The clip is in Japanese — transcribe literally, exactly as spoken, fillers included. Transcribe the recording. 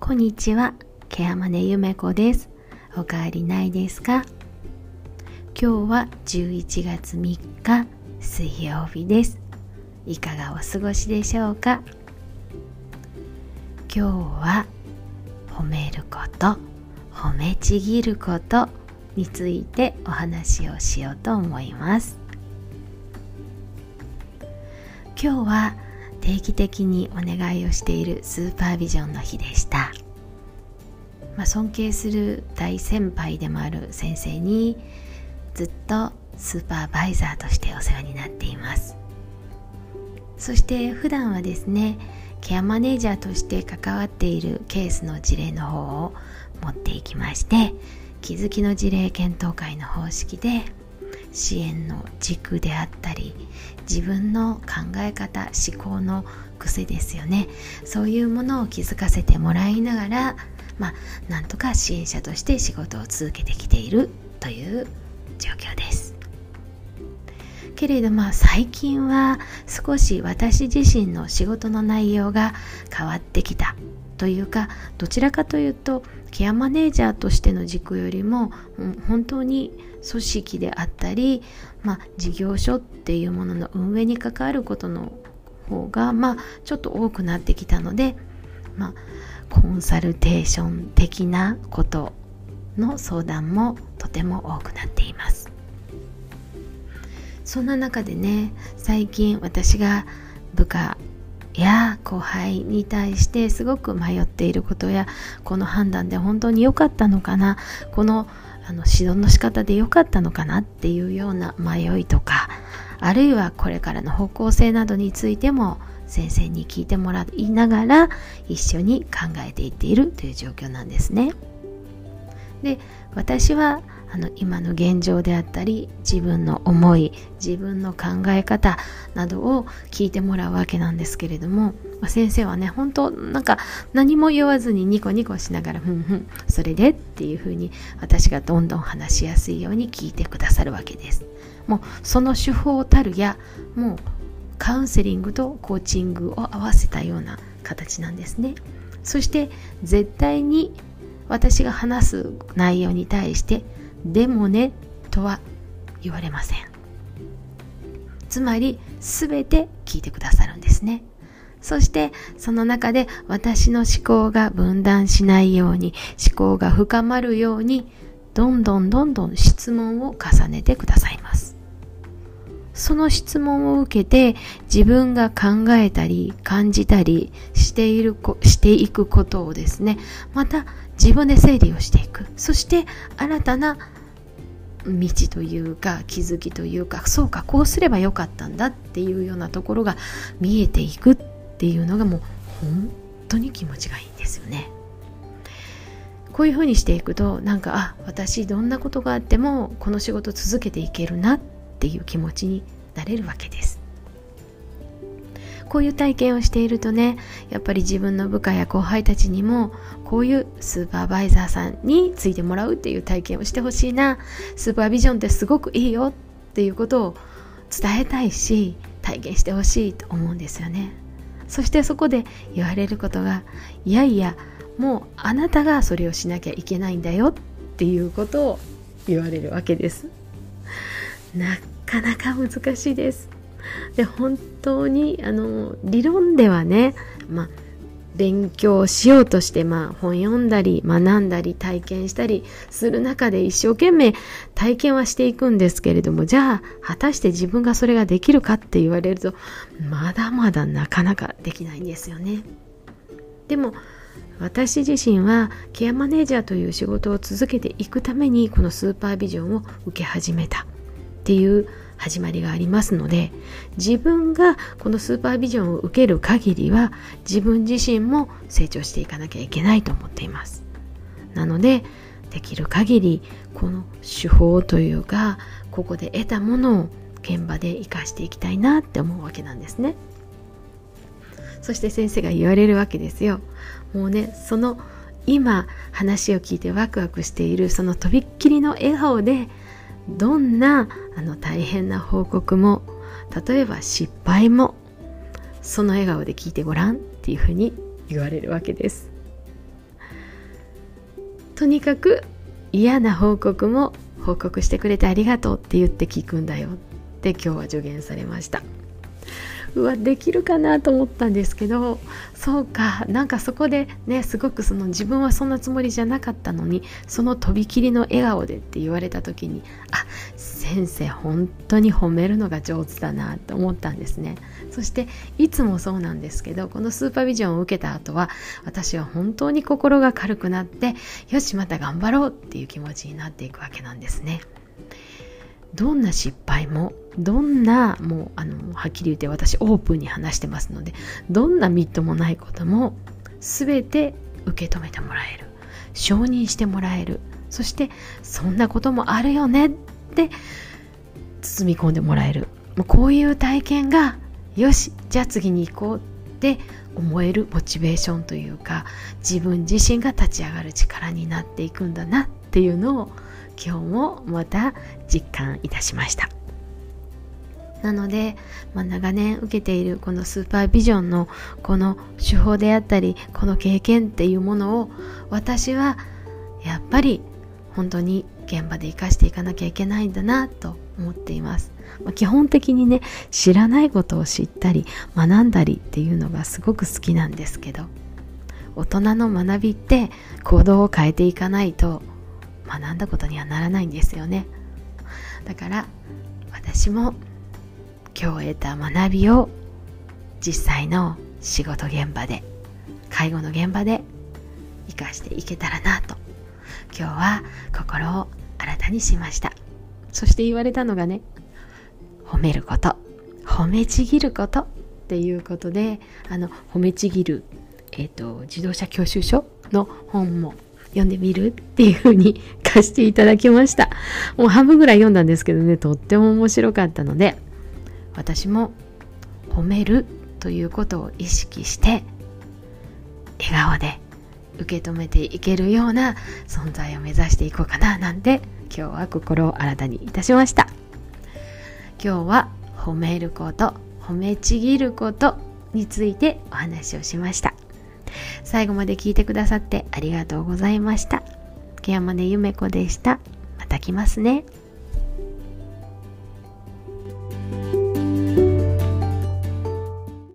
こんにちは、ケアマネゆめこです。おかわりないですか？今日はじゅういちがつみっか水曜日です。いかがお過ごしでしょうか？今日は褒めること、褒めちぎることについてお話をしようと思います。今日は定期的にお願いをしているスーパービジョンの日でした。まあ、尊敬する大先輩でもある先生にずっとスーパーバイザーとしてお世話になっています。そして普段はですね、ケアマネージャーとして関わっているケースの事例の方を持っていきまして、気づきの事例検討会の方式で支援の軸であったり、自分の考え方、思考の癖ですよね、そういうものを気づかせてもらいながら、まあ、なんとか支援者として仕事を続けてきているという状況です。けれどまあ最近は少し私自身の仕事の内容が変わってきたというか、どちらかというとケアマネージャーとしての軸よりも、うん、本当に組織であったり、まあ、事業所っていうものの運営に関わることの方が、まあ、ちょっと多くなってきたので、まあ、コンサルテーション的なことの相談もとても多くなっています。そんな中でね、最近私が部下や後輩に対してすごく迷っていることや、この判断で本当に良かったのかな、この、あの指導の仕方で良かったのかなっていうような迷いとか、あるいはこれからの方向性などについても先生に聞いてもらいながら一緒に考えていっているという状況なんですね。で、私はあの今の現状であったり、自分の思い、自分の考え方などを聞いてもらうわけなんですけれども、先生はね、本当なんか何も言わずにニコニコしながら、ふんふんそれでっていう風に私がどんどん話しやすいように聞いてくださるわけです。もうその手法たるや、もうカウンセリングとコーチングを合わせたような形なんですね。そして絶対に私が話す内容に対してでもねとは言われません。つまり全て聞いてくださるんですね。そしてその中で私の思考が分断しないように、思考が深まるように、どんどんどんどん質問を重ねてくださいます。その質問を受けて自分が考えたり感じたりしているこしていくことをですね、また自分で整理をしていく。そして新たな道というか気づきというか、そうかこうすればよかったんだっていうようなところが見えていくっていうのが、もう本当に気持ちがいいんですよね。こういうふうにしていくと、なんかあ私どんなことがあってもこの仕事続けていけるなっていう気持ちになれるわけです。こういう体験をしているとね、やっぱり自分の部下や後輩たちにもこういうスーパーバイザーさんについてもらうっていう体験をしてほしいな、スーパービジョンってすごくいいよっていうことを伝えたいし、体験してほしいと思うんですよね。そしてそこで言われることが、いやいやもうあなたがそれをしなきゃいけないんだよっていうことを言われるわけです。なかなか難しいです。で、本当にあの理論ではね、まあ、勉強しようとして、まあ、本読んだり学んだり体験したりする中で一生懸命体験はしていくんですけれども、じゃあ果たして自分がそれができるかって言われると、まだまだなかなかできないんですよね。でも私自身はケアマネージャーという仕事を続けていくためにこのスーパービジョンを受け始めたっていう始まりがありますので、自分がこのスーパービジョンを受ける限りは自分自身も成長していかなきゃいけないと思っています。なのでできる限りこの手法というか、ここで得たものを現場で生かしていきたいなって思うわけなんですね。そして先生が言われるわけですよ。もうね、その今話を聞いてワクワクしているそのとびっきりの笑顔で、どんなあの大変な報告も、例えば失敗も、その笑顔で聞いてごらんっていうふうに言われるわけです。 とにかく嫌な報告も報告してくれてありがとうって言って聞くんだよって今日は助言されました。うわ、できるかなと思ったんですけど、そうか、なんかそこでね、すごくその自分はそんなつもりじゃなかったのに、そのとびきりの笑顔でって言われた時に、あ、先生本当に褒めるのが上手だなと思ったんですね。そしていつもそうなんですけど、このスーパービジョンを受けた後は、私は本当に心が軽くなって、よしまた頑張ろうっていう気持ちになっていくわけなんですね。どんな失敗も、どんな、もうあのはっきり言って私オープンに話してますので、どんなみっともないことも全て受け止めてもらえる、承認してもらえる、そしてそんなこともあるよねって包み込んでもらえる、もうこういう体験が、よしじゃあ次に行こうって思えるモチベーションというか、自分自身が立ち上がる力になっていくんだなっていうのを今日もまた実感いたしました。なので、まあ、長年受けているこのスーパービジョンのこの手法であったり、この経験っていうものを私はやっぱり本当に現場で生かしていかなきゃいけないんだなと思っています。まあ、基本的にね、知らないことを知ったり学んだりっていうのがすごく好きなんですけど、大人の学びって行動を変えていかないと学んだことにはならないんですよね。だから私も今日得た学びを実際の仕事現場で、介護の現場で生かしていけたらなと今日は心を新たにしました。そして言われたのがね、褒めること、褒めちぎることっていうことで、あの褒めちぎる、えーと、自動車教習所の本も読んでみるっていう風に貸していただきました。もう半分ぐらい読んだんですけどね、とっても面白かったので、私も褒めるということを意識して笑顔で受け止めていけるような存在を目指していこうかななんて今日は心を新たにいたしました。今日は褒めること、褒めちぎることについてお話をしました。最後まで聞いてくださってありがとうございました。ケアマネゆめこでした。また来ますね。